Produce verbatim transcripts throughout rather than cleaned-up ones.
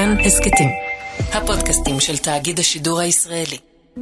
כאן הסקטים, הפודקאסטים של תאגיד השידור הישראלי.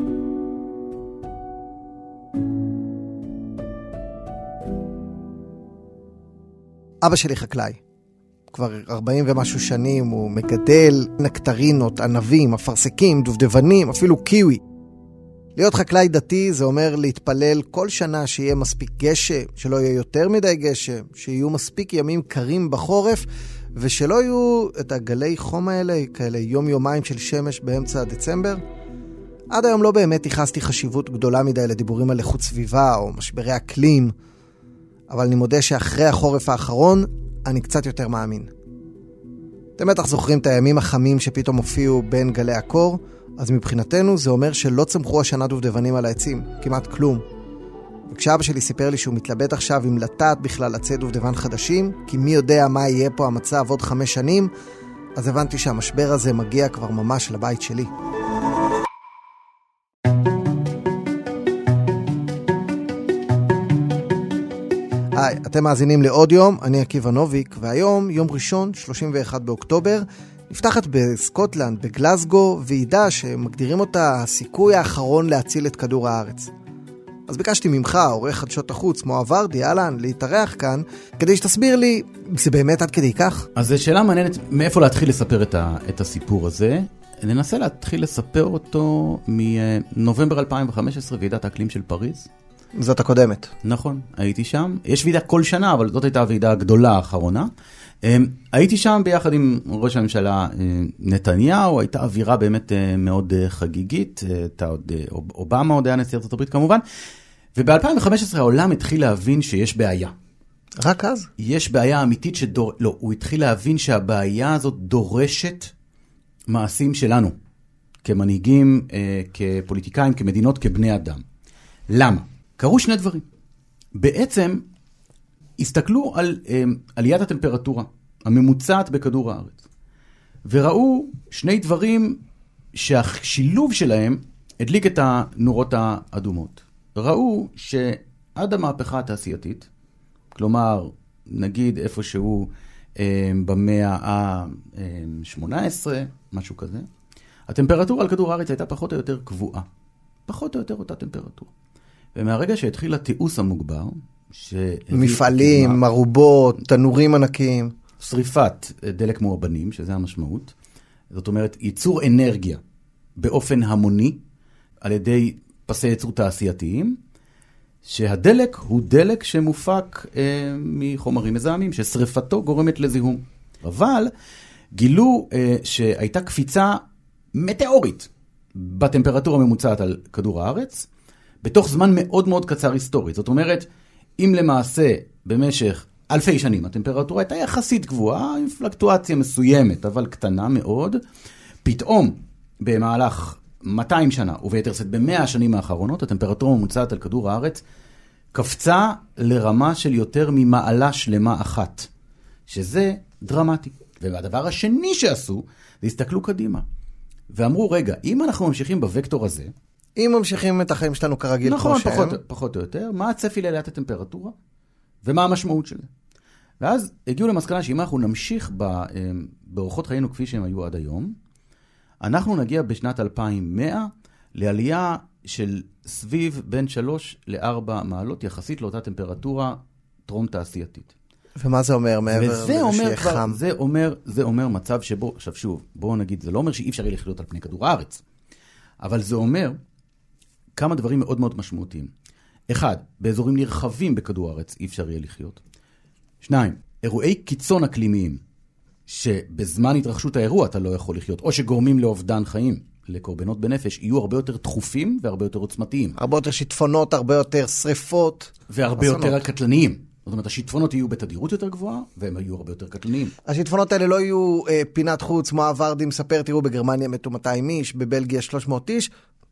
אבא שלי חקלאי. כבר ארבעים ומשהו שנים הוא מגדל נקטרינות, ענבים, אפרסקים, דובדבנים, אפילו קיווי. להיות חקלאי דתי זה אומר להתפלל כל שנה שיהיה מספיק גשם, שלא יהיה יותר מדי גשם, שיהיו מספיק ימים קרים בחורף, ושלא יהיו את הגלי חום האלה, כאלה יום יומיים של שמש באמצע דצמבר. עד היום לא באמת ייחסתי חשיבות גדולה מדי לדיבורים על איכות סביבה או משברי אקלים, אבל אני מודה שאחרי החורף האחרון אני קצת יותר מאמין. אתם בטח זוכרים את הימים החמים שפתאום הופיעו בין גלי הקור, אז מבחינתנו זה אומר שלא צמחו השנה דובדבנים על העצים, כמעט כלום. וכשאבא שלי סיפר לי שהוא מתלבט עכשיו עם לטעת בכלל עצי דובדבן חדשים, כי מי יודע מה יהיה פה המצב עוד חמש שנים, אז הבנתי שהמשבר הזה מגיע כבר ממש לבית שלי. היי, אתם מאזינים לעוד יום, אני עקיבא נוביק, והיום, יום ראשון, שלושים ואחד באוקטובר, נפתחת בסקוטלנד, בגלסגו, ועידה שמגדירים אותה הסיכוי האחרון להציל את כדור הארץ. אז ביקשתי ממך, עורך חדשות החוץ, מואב ורדי, אהלן, להתארח כאן, כדי שתסביר לי, זה באמת עד כדי כך? אז זו שאלה מעניינת, מאיפה להתחיל לספר את, ה, את הסיפור הזה? ננסה להתחיל לספר אותו מנובמבר אלפיים וחמש עשרה, ועידת האקלים של פריז. זאת הקודמת. נכון, הייתי שם. יש ועידה כל שנה, אבל זאת הייתה הוועידה הגדולה האחרונה. הייתי שם ביחד עם ראש הממשלה נתניהו, הייתה אווירה באמת מאוד חגיגית, הייתה עוד, אובמה עוד היה נשיא ארצות הברית כמובן, וב-אלפיים וחמש עשרה העולם התחיל להבין שיש בעיה. רק אז? יש בעיה אמיתית שדור... לא, הוא התחיל להבין שהבעיה הזאת דורשת מעשים שלנו, כמנהיגים, כפוליטיקאים, כמדינות, כבני אדם. למה? קרו שני דברים. בעצם הסתכלו על עליית הטמפרטורה הממוצעת בכדור הארץ, וראו שני דברים שהשילוב שלהם הדליק את הנורות האדומות. ראו שעד המהפכה התעשייתית, כלומר נגיד איפשהו במאה ה-שמונה עשרה, משהו כזה, הטמפרטורה על כדור הארץ הייתה פחות או יותר קבועה. פחות או יותר אותה טמפרטורה. ומהרגע שהתחיל התיעוש המוגבר, מפעלים, כמה, מרובות, תנורים ענקיים. שריפת דלק מאובנים, שזה המשמעות. זאת אומרת, ייצור אנרגיה באופן המוני, על ידי פסי ייצור תעשייתיים, שהדלק הוא דלק שמופק אה, מחומרים מזהמים, ששריפתו גורמת לזיהום. אבל גילו אה, שהייתה קפיצה מטאורית בטמפרטורה הממוצעת על כדור הארץ, בתוך זמן מאוד מאוד קצר היסטורית. זאת אומרת, אם למעשה במשך אלפי שנים הטמפרטורה הייתה יחסית גבוהה, עם פלקטואציה מסוימת, אבל קטנה מאוד, פתאום במהלך מאתיים שנה, וביתר שאת ב-מאה השנים האחרונות, הטמפרטורה הממוצעת על כדור הארץ קפצה לרמה של יותר ממעלה שלמה אחת, שזה דרמטי. והדבר השני שעשו, זה הסתכלו קדימה, ואמרו, רגע, אם אנחנו ממשיכים בווקטור הזה, אם ממשיכים את החיים שלנו כרגיל, נכון, פחות, פחות או יותר, מה הצפי לעליית הטמפרטורה, ומה המשמעות של זה. ואז הגיעו למסקנה שאם אנחנו נמשיך באורחות חיינו כפי שהם היו עד היום, אנחנו נגיע בשנת אלפיים ומאה לעלייה של סביב בין שלוש לארבע מעלות, יחסית לאותה טמפרטורה טרום תעשייתית. ומה זה אומר מעבר לשיהיה חם? זה אומר, זה אומר מצב שבו, עכשיו שוב, בואו נגיד, זה לא אומר שאי אפשר יהיה לחיות על פני כדור הארץ, אבל זה אומר כמה דברים מאוד מאוד משמעותיים. אחד, באזורים נרחבים בכדור הארץ אי אפשר יהיה לחיות. שניים, אירועי קיצון אקלימיים, שבזמן התרחשות האירוע אתה לא יכול לחיות, או שגורמים לאובדן חיים, לקורבנות בנפש, יהיו הרבה יותר דחופים והרבה יותר עוצמתיים. הרבה יותר שיטפונות, הרבה יותר שריפות. והרבה אסונות. יותר קטלניים. זאת אומרת, השיטפונות יהיו בתדירות יותר גבוהה, והם יהיו הרבה יותר קטלניים. השיטפונות האלה לא יהיו אה, פינת חוץ, מואב ורדי מספר, תראו, בגרמניה מתו מאתיים איש, בבלגיה שלוש מאות איש,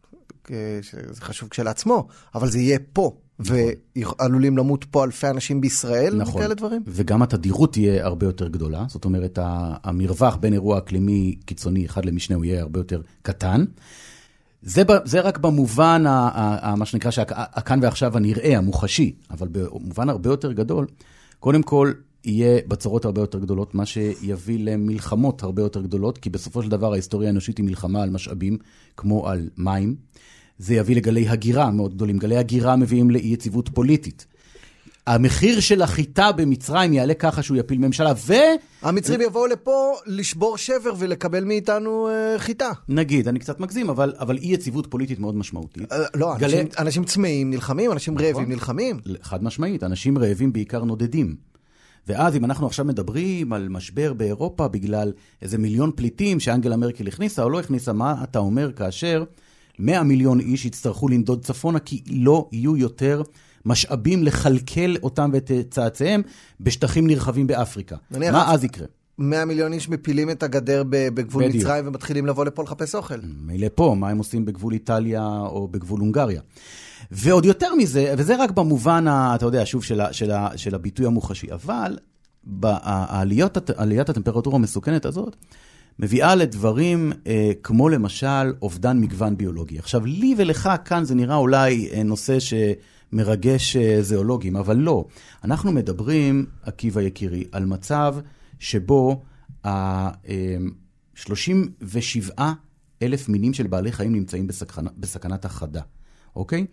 זה חשוב כשלעצמו, אבל זה יהיה פה, נכון. ועלולים למות פה אלפי אנשים בישראל, נכון. וכאלה דברים. וגם התדירות תהיה הרבה יותר גדולה, זאת אומרת, המרווח בין אירוע אקלימי קיצוני אחד למשנהו יהיה הרבה יותר קטן. זה, זה רק במובן, ה, ה, מה שנקרא, שהכאן ועכשיו הנראה, המוחשי, אבל במובן הרבה יותר גדול, קודם כל, יהיה בצורות הרבה יותר גדולות, מה שיביא למלחמות הרבה יותר גדולות, כי בסופו של דבר ההיסטוריה האנושית היא מלחמה על משאבים, כמו על מים. זה יביא לגלי הגירה מאוד גדולים. גלי הגירה מביאים לאי יציבות פוליטית. המחיר של החיטה במצרים יעלה ככה שהוא יפיל ממשלה, ו... המצרים יבואו לפה לשבור שבר ולקבל מאיתנו uh, חיטה. נגיד, אני קצת מגזים, אבל, אבל אי יציבות פוליטית מאוד משמעותית. Uh, לא, גלי... אנשים, אנשים צמאים נלחמים, אנשים נכון. רעבים נלחמים. חד משמעית, אנשים רעבים בעיקר נודדים. ואז אם אנחנו עכשיו מדברים על משבר באירופה בגלל איזה מיליון פליטים שאנגלה מרקל הכניסה או לא הכניסה, מה אתה אומר כאשר מאה מיליון איש יצטרכו לנדוד צפונה, כי לא יהיו יותר משאבים לכלכל אותם ואת צאצאיהם בשטחים נרחבים באפריקה. מה אז יקרה? מאה מיליון איש מפילים את הגדר בגבול בדיוק. מצרים ומתחילים לבוא לפה לחפש אוכל. מילא פה, מה הם עושים בגבול איטליה או בגבול הונגריה. ועוד יותר מזה, וזה רק במובן, אתה יודע, שוב, של, של, של הביטוי המוחשי, אבל העליית, עליית הטמפרטורה המסוכנת הזאת, מביאה לדברים אה, כמו למשל אובדן מגוון ביולוגי. עכשיו, לי ולך כאן זה נראה אולי אה, נושא שמרגש אה, זיאולוגים, אבל לא. אנחנו מדברים, עקיבא יקירי, על מצב שבו ה-שלושים ושבעה אלף מינים של בעלי חיים נמצאים בסכנה, בסכנת החדה. אוקיי?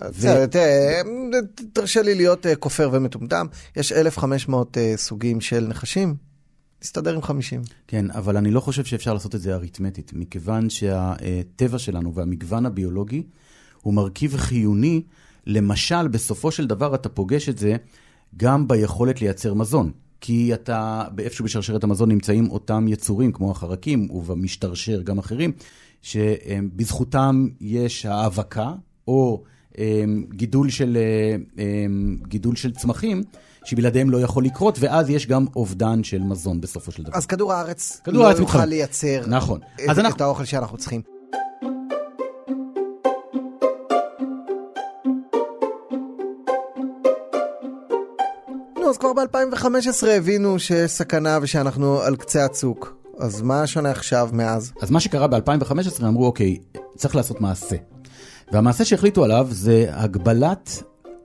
תרשה לי להיות כופר ומטומטם. יש אלף וחמש מאות סוגים של נחשים. נסתדר עם חמישים. כן, אבל אני לא חושב שאפשר לעשות את זה אריתמטית, מכיוון שהטבע שלנו והמגוון הביולוגי הוא מרכיב חיוני, למשל, בסופו של דבר אתה פוגש את זה גם ביכולת לייצר מזון. כי אתה, באיפשהו בשרשרת המזון נמצאים אותם יצורים, כמו החרקים, ובמשתרשר גם אחרים, שבזכותם יש האבקה, או גידול של, גידול של צמחים, שבלעדיהם לא יכול לקרות, ואז יש גם אובדן של מזון בסופו של דבר. אז כדור הארץ כדור לא הארץ יוכל מוכן. לייצר נכון. את, אז את אנחנו... האוכל שאנחנו צריכים. נו, אז כבר ב-אלפיים וחמש עשרה הבינו שיש סכנה ושאנחנו על קצה הצוק. אז מה שונה עכשיו מאז? אז מה שקרה ב-אלפיים וחמש עשרה אמרו, אוקיי, צריך לעשות מעשה. והמעשה שהחליטו עליו זה הגבלת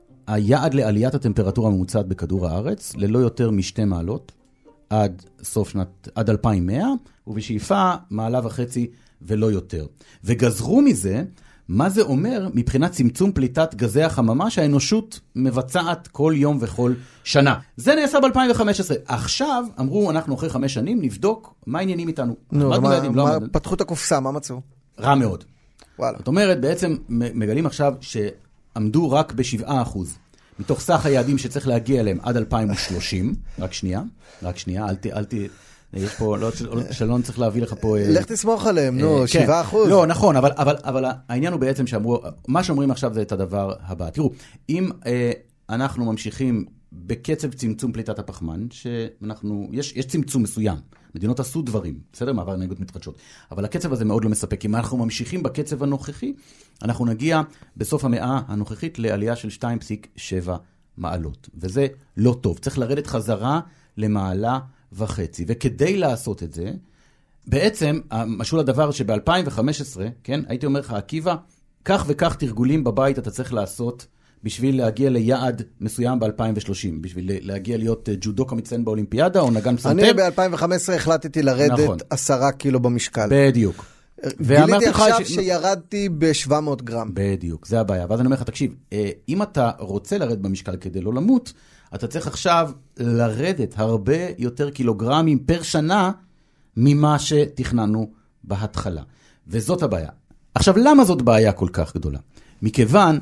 היעד לעליית הטמפרטורה הממוצעת בכדור הארץ, ללא יותר משתי מעלות, עד סוף שנת, עד אלפיים ומאה, ובשאיפה מעלה וחצי ולא יותר. וגזרו מזה, מה זה אומר מבחינת צמצום פליטת גזי החממה שהאנושות מבצעת כל יום וכל שנה. זה נעשה ב-אלפיים וחמש עשרה. עכשיו אמרו, אנחנו אחרי חמש שנים נבדוק מה העניינים איתנו. נו, מה, בידים, מה, לא פתחו את הקופסה, מה מצאו? רע מאוד. וואלה. זאת אומרת, בעצם מגלים עכשיו שעמדו רק ב-שבעה אחוז. מתוך סך היעדים שצריך להגיע אליהם עד אלפיים ושלושים, רק שנייה, רק שנייה, אל ת... אל ת... יש פה, לא, שלא צריך להביא לך פה... לך תסמוך עליהם, נו, שבעה אחוז. לא, נכון, אבל, אבל, אבל העניין הוא בעצם שאמרו, מה שאומרים עכשיו זה את הדבר הבא. תראו, אם אה, אנחנו ממשיכים בקצב צמצום פליטת הפחמן, שאנחנו, יש, יש צמצום מסוים, מדינות עשו דברים, בסדר? מעבר אנרגיות מתחדשות, אבל הקצב הזה מאוד לא מספק. אם אנחנו ממשיכים בקצב הנוכחי, אנחנו נגיע בסוף המאה הנוכחית לעלייה של שתיים נקודה שבע מעלות, וזה לא טוב. צריך לרדת חזרה למעלה וחצי, וכדי לעשות את זה, בעצם, משהו לדבר שב-אלפיים וחמש עשרה, כן, הייתי אומר לך, עקיבא, כך וכך תרגולים בבית אתה צריך לעשות, בשביל להגיע ליעד מסוים ב-אלפיים ושלושים, בשביל להגיע להיות ג'ודוקה מצטיין באולימפיאדה, או נגן פסנתר. אני ב-אלפיים וחמש עשרה החלטתי לרדת נכון. עשרה קילו במשקל. בדיוק. גיליתי עכשיו ש... שירדתי ב-שבע מאות גרם. בדיוק, זה הבעיה. ואז אני אומר לך, תקשיב, אם אתה רוצה לרדת במשקל כדי לא למות, אתה צריך עכשיו לרדת הרבה יותר קילוגרמים פר שנה ממה שתכננו בהתחלה. וזאת הבעיה. עכשיו, למה זאת בעיה כל כך גדולה? מכיוון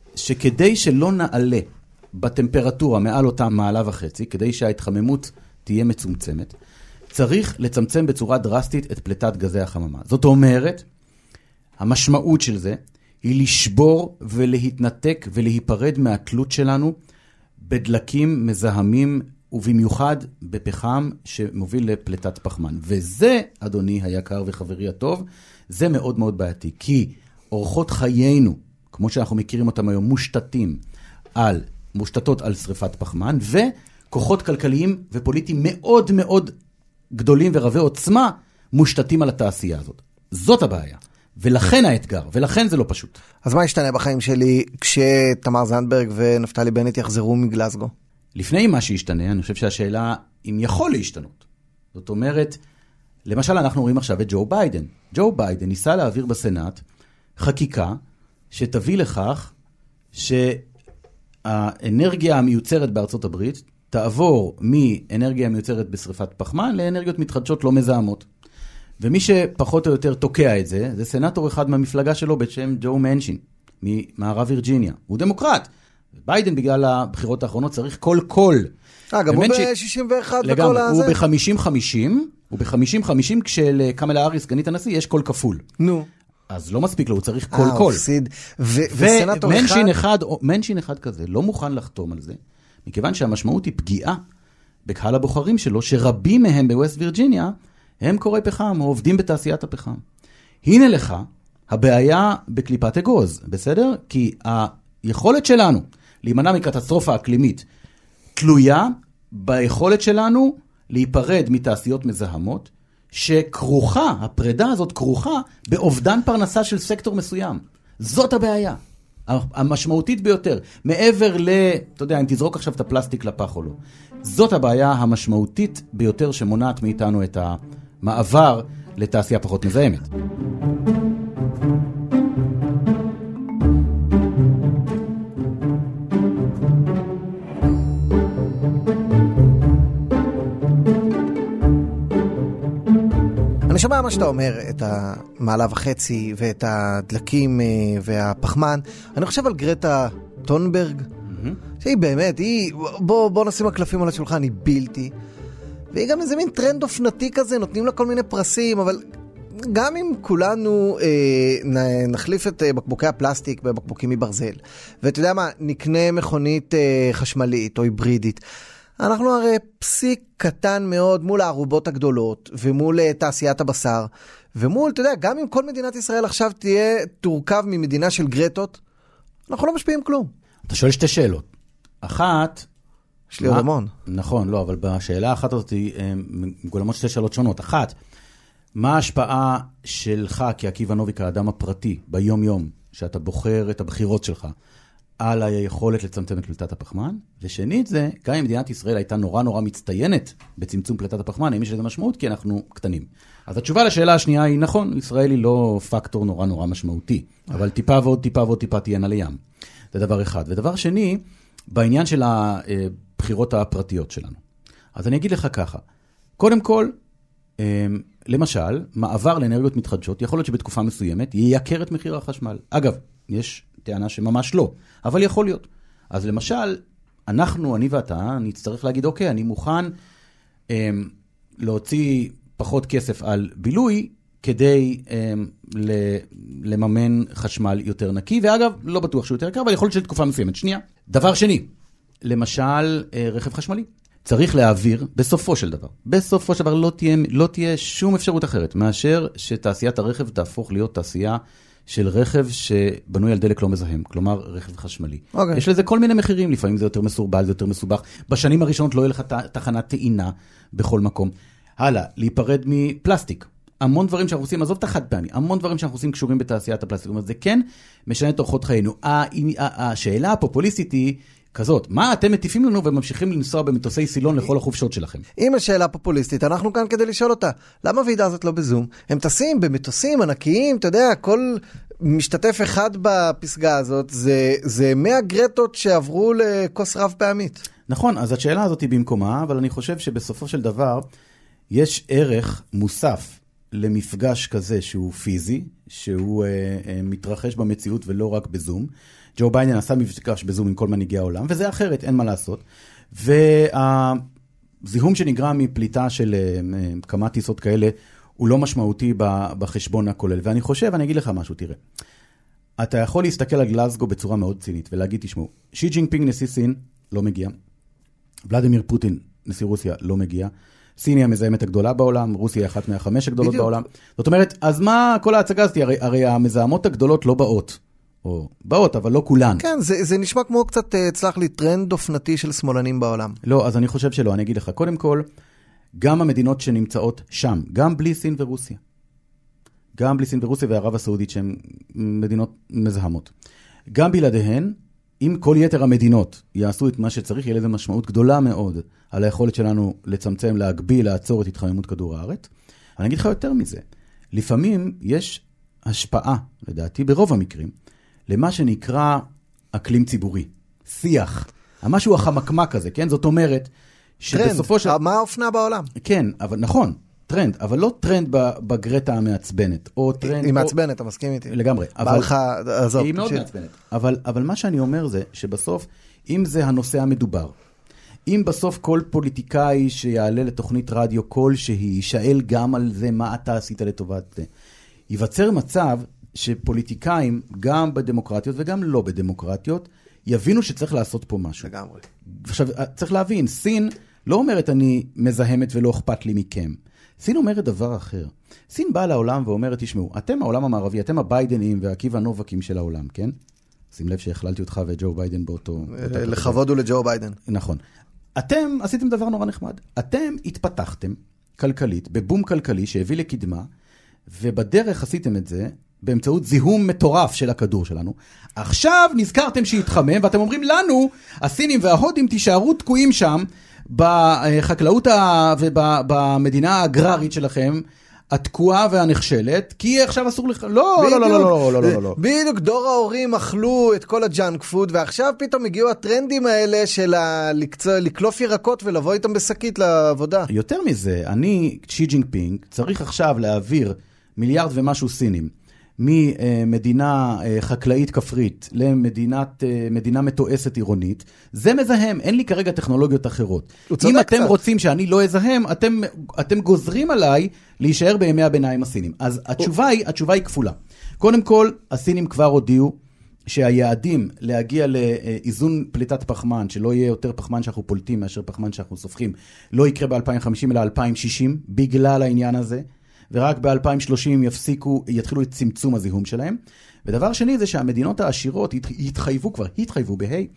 שכדי שלא נעלה בטמפרטורה מעל אותה מעלה וחצי, כדי שההתחממות תהיה מצומצמת, צריך לצמצם בצורה דרסטית את פליטת גזי החממה. זאת אומרת, המשמעות של זה היא לשבור ולהתנתק ולהיפרד מהתלות שלנו בדלקים מזהמים ובמיוחד בפחם שמוביל לפליטת פחמן. וזה, אדוני היקר וחברי הטוב, זה מאוד מאוד בעייתי, כי אורחות חיינו, כמו שאנחנו מכירים אותם היום, מושתתים על, מושתתות על שריפת פחמן, וכוחות כלכליים ופוליטיים מאוד מאוד גדולים ורבי עוצמה מושתתים על התעשייה הזאת. זאת הבעיה. ולכן האתגר, ולכן זה לא פשוט. אז מה ישתנה בחיים שלי כשתמר זנדברג ונפתלי בנט יחזרו מגלסגו? לפני מה שישתנה, אני חושב שהשאלה אם יכול להשתנות. זאת אומרת, למשל אנחנו רואים עכשיו את ג'ו ביידן. ג'ו ביידן ניסה להעביר בסנאט חקיקה שתביא לכך שהאנרגיה המיוצרת בארצות הברית תעבור מאנרגיה מיוצרת בשריפת פחמן לאנרגיות מתחדשות לא מזהמות. ומי שפחות או יותר תוקע את זה, זה סנאטור אחד מהמפלגה שלו בשם ג'ו מנשין, ממערב וירג'יניה. הוא דמוקרט. ביידן בגלל הבחירות האחרונות צריך כל קול. אה, גם הוא ב-שישים ואחת בכל הזה? הוא ב-חמישים חמישים, הוא ב-חמישים חמישים כשלקמלה האריס, סגנית הנשיא, יש קול כפול. נו. אז לא מספיק לו, הוא צריך כל קול. ומנשין אחד, מנשין אחד כזה לא מוכן לחתום על זה, מכיוון שהמשמעות היא פגיעה בקהל הבוחרים שלו, שרבים מהם בווסט וירג'יניה, הם קוראי פחם, או עובדים בתעשיית הפחם. הנה לך הבעיה בקליפת אגוז, בסדר? כי היכולת שלנו להימנע מקטסטרופה אקלימית תלויה ביכולת שלנו להיפרד מתעשיות מזהמות, שכרוכה, הפרידה הזאת כרוכה באובדן פרנסה של סקטור מסוים. זאת הבעיה, המשמעותית ביותר. מעבר ל, אתה יודע, אם תזרוק עכשיו את הפלסטיק לפח או לא. זאת הבעיה המשמעותית ביותר שמונעת מאיתנו את המעבר לתעשייה פחות מזהמת. אני שומע מה שאתה אומר, את המעלה וחצי ואת הדלקים והפחמן. אני חושב על גרטה טונברג, mm-hmm. שהיא באמת, היא, בוא, בוא נשים הקלפים על השולחן, היא בלתי. והיא גם איזה מין טרנד אופנתי כזה, נותנים לה כל מיני פרסים, אבל גם אם כולנו אה, נחליף את בקבוקי הפלסטיק בבקבוקים מברזל, ואתה יודע מה, נקנה מכונית אה, חשמלית או היברידית, אנחנו הרי פסיק קטן מאוד מול הערובות הגדולות, ומול תעשיית הבשר, ומול, אתה יודע, גם אם כל מדינת ישראל עכשיו תהיה תורכב ממדינה של גרטות, אנחנו לא משפיעים כלום. אתה שואל שתי שאלות. אחת... יש לי עוד המון. נכון, לא, אבל בשאלה האחת הזאת מגולמות שתי שאלות שונות. אחת, מה ההשפעה שלך כעקיבא נוביק, האדם הפרטי, ביום יום, שאתה בוחר את הבחירות שלך, על היכולת לצמצם את פליטת הפחמן? ושנית זה, גם אם מדינת ישראל הייתה נורא נורא מצטיינת בצמצום פליטת הפחמן, אם יש לזה משמעות, כי אנחנו קטנים. אז התשובה לשאלה השנייה היא, נכון, ישראל היא לא פקטור נורא נורא משמעותי, אבל טיפה ועוד טיפה ועוד טיפה תהיינה לים. זה דבר אחד. ודבר שני, בעניין של הבחירות הפרטיות שלנו. אז אני אגיד לך ככה, קודם כל, למשל, מעבר לאנרגיות מתחדשות, יכול להיות שבתקופה מסוימת ייקר את מחיר החשמל. אגב, יש טענה שממש לא, אבל יכול להיות. אז למשל, אנחנו, אני ואתה, נצטרך להגיד, אוקיי, אני מוכן אה, להוציא פחות כסף על בילוי, כדי אה, לממן חשמל יותר נקי, ואגב, לא בטוח שהוא יותר יקר, אבל יכול להיות של תקופה מסוימת. שנייה. דבר שני, למשל, אה, רכב חשמלי. צריך להעביר, בסופו של דבר, בסופו של דבר לא תהיה, לא תהיה שום אפשרות אחרת, מאשר שתעשיית הרכב תהפוך להיות תעשייה של רכב שבנוי על דלק לא מזהם, כלומר רכב חשמלי. Okay. יש לזה כל מיני מחירים, לפעמים זה יותר מסורבל, זה יותר מסובך. בשנים הראשונות לא יהיה לך תחנת טעינה בכל מקום. הלאה, להיפרד מפלסטיק. המון דברים שאנחנו עושים, עזוב את החד פעמי, המון דברים שאנחנו עושים קשורים בתעשיית הפלסטיק. זאת אומרת, זה כן משנה את אורחות חיינו. השאלה הפופוליסטית היא כזאת, מה אתם מטיפים לנו וממשיכים לנסוע במטוסי סילון לכל החופשות שלכם? אם השאלה פופוליסטית, אנחנו כאן כדי לשאול אותה. למה הוועידה הזאת לא בזום? הם טסים במטוסים ענקיים, אתה יודע, כל משתתף אחד בפסגה הזאת, זה, זה מאה גרטות שעברו לכוס רב פעמית. נכון, אז השאלה הזאת היא במקומה, אבל אני חושב שבסופו של דבר, יש ערך מוסף למפגש כזה שהוא פיזי, שהוא אה, אה, מתרחש במציאות ולא רק בזום. ג'ו ביידן עשה מפגש בזום עם כל מנהיגי העולם, וזה אחרת, אין מה לעשות. והזיהום שנגרם מפליטה של כמה טיסות כאלה, הוא לא משמעותי בחשבון הכולל. ואני חושב, אני אגיד לך משהו, תראה. אתה יכול להסתכל על גלזגו בצורה מאוד צינית, ולהגיד, תשמעו, שי ג'ינפינג נשיא סין לא מגיע, ולדימיר פוטין נשיא רוסיה לא מגיע, סין היא המזהמת הגדולה בעולם, רוסיה היא אחת מהחמש הגדולות בדיוק. בעולם. זאת אומרת, אז מה כל ההצגה הזאת? הרי, הרי המזהמות הגדולות לא באות. או באות, אבל לא כולן. כן, זה, זה נשמע כמו קצת, צלח לי, טרנד אופנתי של שמאלנים בעולם. לא, אז אני חושב שלא, אני אגיד לך. קודם כל, גם המדינות שנמצאות שם, גם בלי סין ורוסיה, גם בלי סין ורוסיה וערב הסעודית, שהן מדינות מזהמות. גם בלעדיהן, אם כל יתר המדינות יעשו את מה שצריך, יהיה לזה משמעות גדולה מאוד על היכולת שלנו לצמצם, להגביל, לעצור את התחממות כדור הארץ. אני אגיד לך יותר מזה. לפעמים יש השפעה, לדעתי, ברוב המקרים, למה שנקרא אקלים ציבורי, שיח, המשהו החמקמק הזה, כן? זאת אומרת, שבסופו של... טרנד, מה האופנה בעולם? כן, אבל נכון, טרנד, אבל לא טרנד בגרטה המעצבנת, או טרנד... היא מעצבנת, אתה מסכים איתי? לגמרי. בא לך, עזוב. היא מאוד מעצבנת. אבל, אבל מה שאני אומר זה, שבסוף, אם זה הנושא המדובר, אם בסוף כל פוליטיקאי שיעלה לתוכנית רדיו כלשהי, יישאל גם על זה מה אתה עשית לטובת, ייווצר מצב שפוליטיקאים, גם בדמוקרטיות וגם לא בדמוקרטיות, יבינו שצריך לעשות פה משהו. לגמרי. עכשיו, צריך להבין, סין לא אומרת אני מזהמת ולא אכפת לי מכם. סין אומרת דבר אחר. סין באה לעולם ואומרת, תשמעו, אתם העולם המערבי, אתם הביידנים והעקיבא נובקים של העולם, כן? שים לב שהכללתי אותך וג'ו ביידן באותו... לכבוד הוא לג'ו ביידן. נכון. אתם עשיתם דבר נורא נחמד. אתם התפתחתם כלכלית, בבום כלכלי שהביא לקדמה, ובדרך עשיתם את זה באמצעות זיהום מטורף של הכדור שלנו. עכשיו נזכרתם שהתחמם, ואתם אומרים לנו, הסינים וההודים תישארו תקועים שם, בחקלאות ובמדינה האגררית שלכם, התקועה והנכשלת, כי עכשיו אסור לך... לא, לא, לא, לא, לא, לא, לא. בדיוק, דור ההורים אכלו את כל הג'אנק פוד, ועכשיו פתאום הגיעו הטרנדים האלה של לקלוף ירקות ולבוא איתם בשקית לעבודה. יותר מזה, אני, שי ג'ינפינג, צריך עכשיו להעביר מיליארד ומשהו סינים, ממדינה חקלאית כפרית למדינת מדינה מתועסת עירונית, זה מזהם, אין לי כרגע טכנולוגיות אחרות. אם אתם קצת. רוצים שאני לא אזהם, אתם, אתם גוזרים עליי להישאר בימי הביניים הסינים. אז התשובה היא, התשובה היא כפולה. קודם כל, הסינים כבר הודיעו שהיעדים להגיע לאיזון פליטת פחמן, שלא יהיה יותר פחמן שאנחנו פולטים מאשר פחמן שאנחנו סופחים, לא יקרה ב-אלפיים וחמישים אלא אלפיים ושישים, בגלל העניין הזה. ורק ב-אלפיים ושלושים יפסיקו, יתחילו את צמצום הזיהום שלהם. ודבר שני זה שהמדינות העשירות יתחייבו כבר, יתחייבו בהי,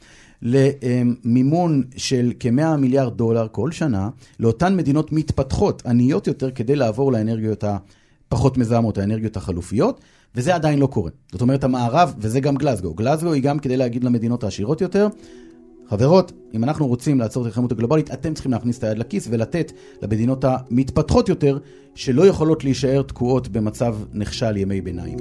למימון של כ-מאה מיליארד דולר כל שנה, לאותן מדינות מתפתחות, עניות יותר, כדי לעבור לאנרגיות הפחות מזהמות, האנרגיות החלופיות, וזה עדיין לא קורה. זאת אומרת, המערב, וזה גם גלזגו. גלזגו היא גם כדי להגיד למדינות העשירות יותר, חברות, אם אנחנו רוצים לעצור את ההתחממות הגלובלית, אתם צריכים להכניס את היד לכיס ולתת למדינות המתפתחות יותר, שלא יכולות להישאר תקועות במצב נכשל ימי ביניים.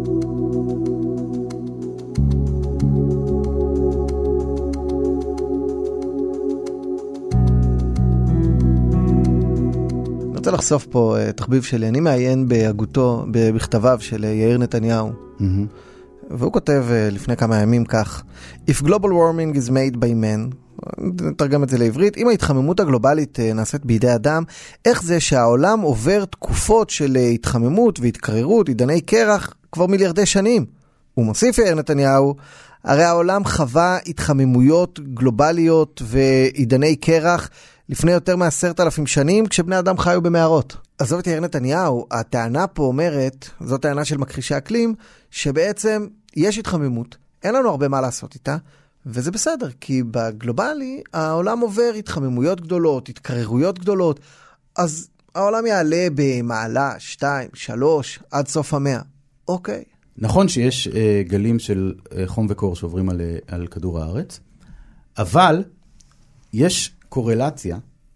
אני רוצה לחשוף פה תחביב שלי. אני מעיין בהגותו, בכתביו של יאיר נתניהו. Mm-hmm. והוא כותב לפני כמה ימים כך, If global warming is made by men, נתרגם את זה לעברית, אם ההתחממות הגלובלית נעשית בידי אדם, איך זה שהעולם עובר תקופות של התחממות והתקררות, עידני קרח, כבר מיליארדי שנים? הוא מוסיף יאיר נתניהו, הרי העולם חווה התחממויות גלובליות ועידני קרח לפני יותר מעשרת אלפים שנים, כשבני אדם חיו במערות. עזוב את יאיר נתניהו, הטענה פה אומרת, זאת טענה של מכחישי אקלים, שבעצם יש התחממות, אין לנו הרבה מה לעשות איתה, וזה בסדר, כי בגלובלי העולם עובר התחממויות גדולות, התקררויות גדולות, אז העולם יעלה במעלה, שתיים, שלוש, עד סוף המאה. אוקיי. נכון שיש uh, גלים של uh, חום וקור שעוברים על, uh, על כדור הארץ, אבל יש קורלציה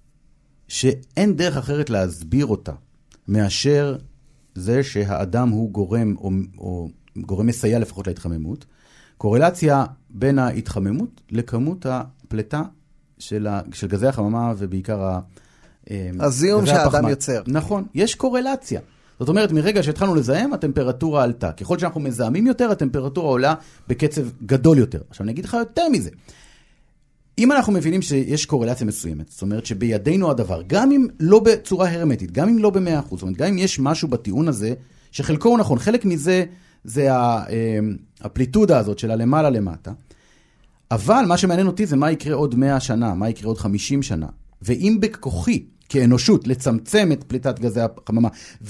שאין דרך אחרת להסביר אותה, מאשר זה שהאדם הוא גורם, או, או גורם מסייע לפחות להתחממות, קורלציה בין ההתחממות לכמות הפלטה של, ה, של גזי החממה ובעיקר ה... הזיהום שהאדם יוצר. נכון, יש קורלציה. זאת אומרת, מרגע שהתחלנו לזהם, הטמפרטורה עלתה. ככל שאנחנו מזהמים יותר, הטמפרטורה עולה בקצב גדול יותר. עכשיו, אני אגיד לך יותר מזה. אם אנחנו מבינים שיש קורלציה מסוימת, זאת אומרת שבידינו הדבר, גם אם לא בצורה הרמטית, גם אם לא ב-מאה אחוז, זאת אומרת, גם אם יש משהו בטיעון הזה, שחלקו הוא נכון, חלק מזה זה הפליטודה הזאת של הלמעלה למטה, אבל מה שמעניין אותי זה מה יקרה עוד מאה שנה, מה יקרה עוד חמישים שנה, ואם בכוחי, כאנושות, לצמצם את פליטת גזי החממה,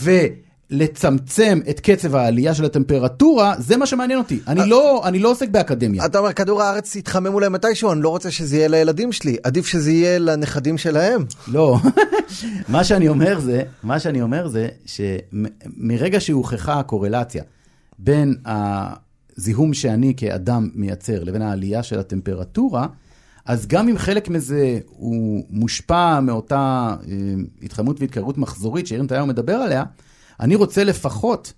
ולצמצם את קצב העלייה של הטמפרטורה, זה מה שמעניין אותי. אני לא, אני לא עוסק באקדמיה. אתה אומר, כדור הארץ יתחמם אולי מתישהו, אני לא רוצה שזה יהיה לילדים שלי, עדיף שזה יהיה לנכדים שלהם. לא. מה שאני אומר זה, מה שאני אומר זה, שמרגע שהוכחה הקורלציה בין הזיהום שאני כאדם מייצר לבין העלייה של הטמפרטורה, אז גם אם חלק מזה הוא מושפע מאותה אה, התחממות והתקררות מחזורית שאירן תאייר מדבר עליה, אני רוצה לפחות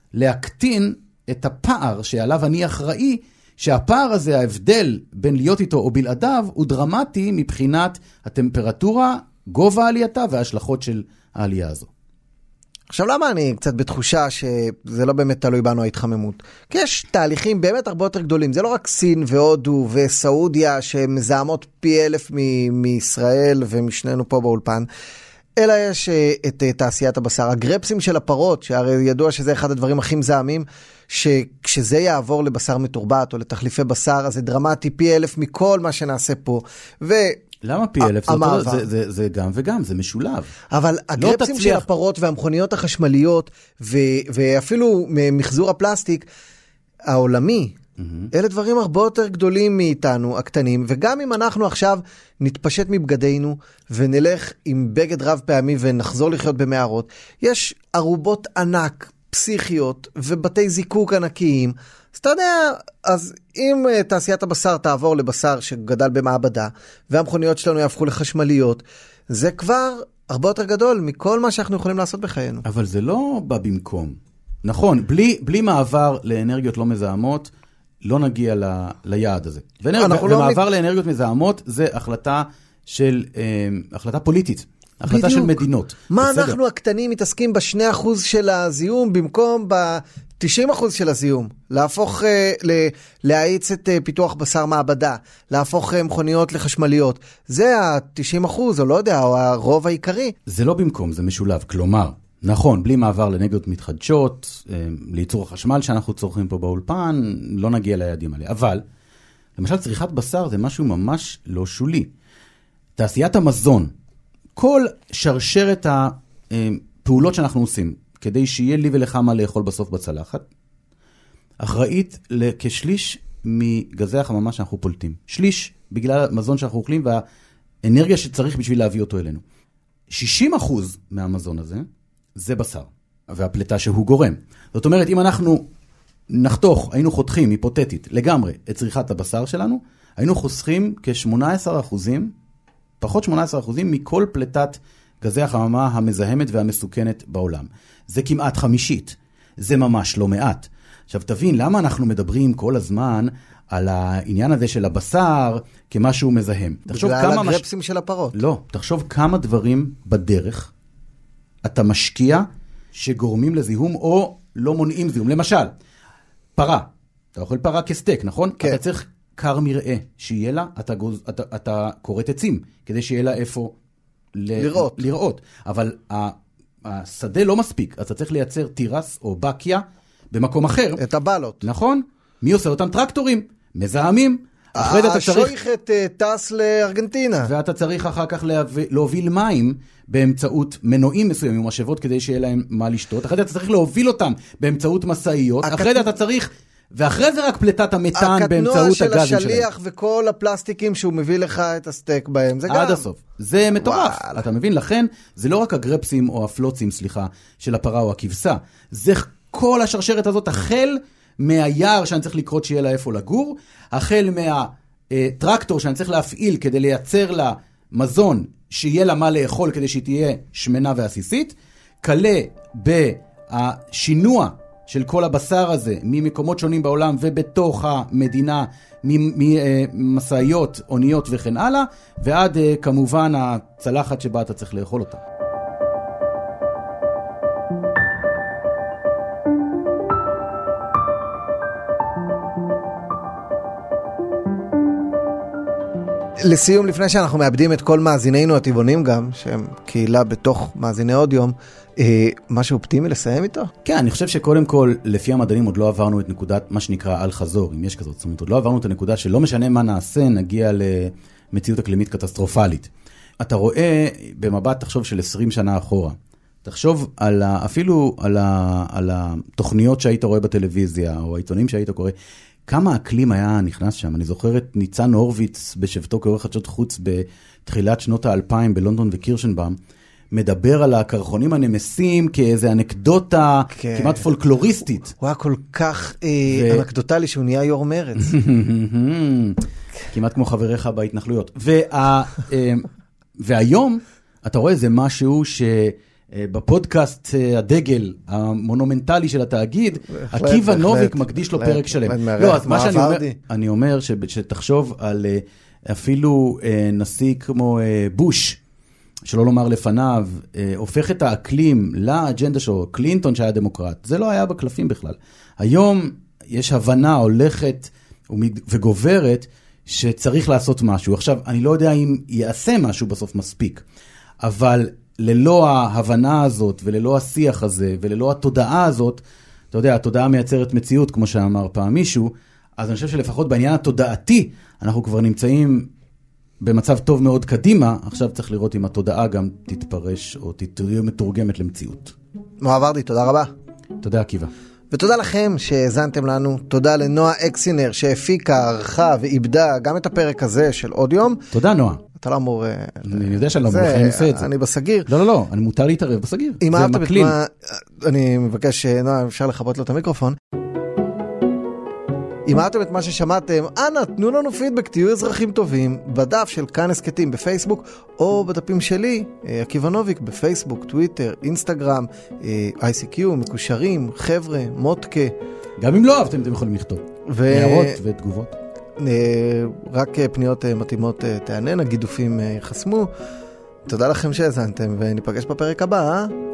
להקטין את הפער שעליו אני אחראי, שהפער הזה, ההבדל בין להיות איתו או בלעדיו, הוא דרמטי מבחינת הטמפרטורה, גובה העלייתה וההשלכות של העלייה הזו. עכשיו, למה אני קצת בתחושה שזה לא באמת תלוי בנו ההתחממות? כי יש תהליכים באמת הרבה יותר גדולים. זה לא רק סין והודו וסעודיה שמזהמות פי אלף מ- מישראל ומשנינו פה באולפן, אלא יש את תעשיית הבשר. הגרפסים של הפרות, שהרי ידוע שזה אחד הדברים הכי מזהמים, שכשזה יעבור לבשר מתורבת או לתחליפי בשר, אז זה דרמטי פי אלף מכל מה שנעשה פה. ו... למה פי אלף? זה, זה, זה, זה גם וגם, זה משולב. אבל הגרפסים לא של הפרות והמכוניות החשמליות, ו, ואפילו מחזור הפלסטיק העולמי, mm-hmm. אלה דברים הרבה יותר גדולים מאיתנו, הקטנים, וגם אם אנחנו עכשיו נתפשט מבגדינו, ונלך עם בגד רב פעמי ונחזור לחיות במערות, יש ערובות ענק, פסיכיות, ובתי זיקוק ענקיים, אז אתה יודע, אז אם uh, תעשיית הבשר תעבור לבשר שגדל במעבדה, והמכוניות שלנו יהפכו לחשמליות, זה כבר הרבה יותר גדול מכל מה שאנחנו יכולים לעשות בחיינו. אבל זה לא בא במקום. נכון, בלי, בלי מעבר לאנרגיות לא מזהמות, לא נגיע ל, ליעד הזה. ואנר... ומעבר לא... לאנרגיות מזהמות, זה החלטה של, אה, החלטה פוליטית. החלטה בדיוק. של מדינות. מה בסדר? אנחנו הקטנים מתעסקים בשני אחוז של הזיהום, במקום ב-תשעים אחוז של הזיהום. להפוך, אה, ל- להאיץ את אה, פיתוח בשר מעבדה, להפוך אה, מכוניות לחשמליות. זה ה-תשעים אחוז, או לא יודע, או הרוב העיקרי. זה לא במקום, זה משולב. כלומר, נכון, בלי מעבר לאנרגיות מתחדשות, אה, לייצור החשמל שאנחנו צורכים פה באולפן, לא נגיע ליעדים האלה. אבל, למשל, צריכת בשר זה משהו ממש לא שולי. תעשיית המזון, כל שרשרת הפעולות שאנחנו עושים, כדי שיהיה לי ולך מה לאכול בסוף בצלחת, אחראית לכשליש מגזי החממה שאנחנו פולטים. שליש בגלל המזון שאנחנו אוכלים והאנרגיה שצריך בשביל להביא אותו אלינו. שישים אחוז מהמזון הזה, זה בשר, והפלטה שהוא גורם. זאת אומרת, אם אנחנו נחתוך, היינו חותכים היפותטית לגמרי את צריכת הבשר שלנו, היינו חוסכים כ-שמונה עשרה אחוזים, פחות שמונה עשרה אחוזים מכל פלטת גזי החממה המזהמת והמסוכנת בעולם. זה כמעט חמישית. זה ממש לא מעט. עכשיו תבין, למה אנחנו מדברים כל הזמן על העניין הזה של הבשר כמשהו מזהם? בגלל הגרפסים מש... של הפרות. לא, תחשוב כמה דברים בדרך אתה משקיע שגורמים לזיהום או לא מונעים זיהום. למשל, פרה. אתה אוכל פרה כסטייק, נכון? כן. אתה צריך קר מראה שיהיה לה, אתה, גוז, אתה, אתה קוראת עצים, כדי שיהיה לה איפה ל... לראות. לראות. אבל השדה לא מספיק, אז אתה צריך לייצר טירס או בקיה במקום אחר. את הבלות. נכון? מי עושה אותם? טרקטורים, מזהמים. אחרי זה אתה צריך... השויכת טס לארגנטינה. ואתה צריך אחר כך להוביל מים באמצעות מנועים מסוימים, משאבות, כדי שיהיה להם מה לשתות. אחרי זה אתה צריך להוביל אותם באמצעות מסעיות. אחרי זה אתה צריך... ואחרי זה רק פלטת המתן באמצעות הגזים שלהם. הקטנוע של השליח וכל הפלסטיקים שהוא מביא לך את הסטייק בהם, זה גם. עד הסוף. זה מטורף. אתה מבין? לכן, זה לא רק הגרפסים או הפלוצים, סליחה, של הפרה או הכבשה. זה כל השרשרת הזאת, החל מהיער שאני צריך לקרות שיהיה לה איפה לגור, החל מהטרקטור שאני צריך להפעיל כדי לייצר לה מזון, שיהיה לה מה לאכול כדי שהיא תהיה שמנה ועסיסית, קלה בשינוע של כל הבשר הזה, ממקומות שונים בעולם ובתוך המדינה, ממסעיות, אוניות וכן הלאה, ועד כמובן הצלחת שבה אתה צריך לאכול אותה. לסיום, לפני שאנחנו מאבדים את כל מאזינינו הטבעונים גם, שהם קהילה בתוך מאזיני אודיום, אה, משהו אופטימי לסיים איתו? כן, אני חושב שקודם כל, לפי המדענים עוד לא עברנו את נקודת, מה שנקרא אל חזור, אם יש כזאת, זאת אומרת, עוד לא עברנו את הנקודה שלא משנה מה נעשה, נגיע למציאות אקלימית קטסטרופלית. אתה רואה במבט, תחשוב של עשרים שנה אחורה, תחשוב על ה, אפילו על, ה, על התוכניות שהיית רואה בטלוויזיה, או העיתונים שהיית קורא, כמה אקלים היה נכנס שם. אני זוכר את ניצן הורוביץ בשבתו כעורך חדשות חוץ בתחילת שנות האלפיים בלונדון וקירשנבאום, מדבר על הקרחונים הנמסים כאיזו אנקדוטה כן. כמעט פולקלוריסטית. הוא היה כל כך אה, ו... אנקדוטלי שהוא נהיה יור מרץ. כמעט כמו חבריך בהתנחלויות. וה, והיום אתה רואה זה משהו שבפודקאסט הדגל המונומנטלי של התאגיד, עקיבא נוביק מקדיש לו פרק שלם. לא, אז מה שאני אומר, אני אומר שתחשוב על אפילו נשיא כמו בוש, שלא לומר לפניו, הופך את האקלים לאג'נדה שלו, קלינטון שהיה דמוקרט, זה לא היה בקלפים בכלל. היום יש הבנה הולכת וגוברת שצריך לעשות משהו. עכשיו, אני לא יודע אם יעשה משהו בסוף מספיק, אבל ללא ההבנה הזאת וללא השיח הזה וללא התודעה הזאת, אתה יודע, התודעה מייצרת מציאות, כמו שאמר פעם מישהו, אז אני חושב שלפחות בעניין התודעתי, אנחנו כבר נמצאים במצב טוב מאוד קדימה, עכשיו צריך לראות אם התודעה גם תתפרש או תהיה מתורגמת למציאות. מואב ורדי, תודה רבה. תודה, עקיבא. ותודה לכם שהזנתם לנו, תודה לנועה אקסינר שהפיקה, ערכה ואיבדה גם את הפרק הזה של עוד יום. תודה נועה. אתה לא אמור... אני יודע שאני לא אמור, אני עושה את זה. אני בסגיר. לא, לא, לא, אני מותר להתערב בסגיר. אם אהבתם את מה... אני מבקש, נועה, אפשר לחבות לו את המיקרופון. אם אהבתם את מה ששמעתם, אנא, תנו לנו פידבק, תהיו אזרחים טובים, בדף של כאן הסקטים בפייסבוק, או בדפים שלי, עקיבא נוביק, בפייסבוק, טוויטר, אינסטגרם, איי סי קיו, מקושרים, חבר'ה, מוטקה. גם אם לא אהבתם, אתם יכולים לכתוב. ו... הערות ותגובות. רק פניות מתאימות תענן, הגידופים יחסמו. תודה לכם שהזנתם, וניפגש בפרק הבא.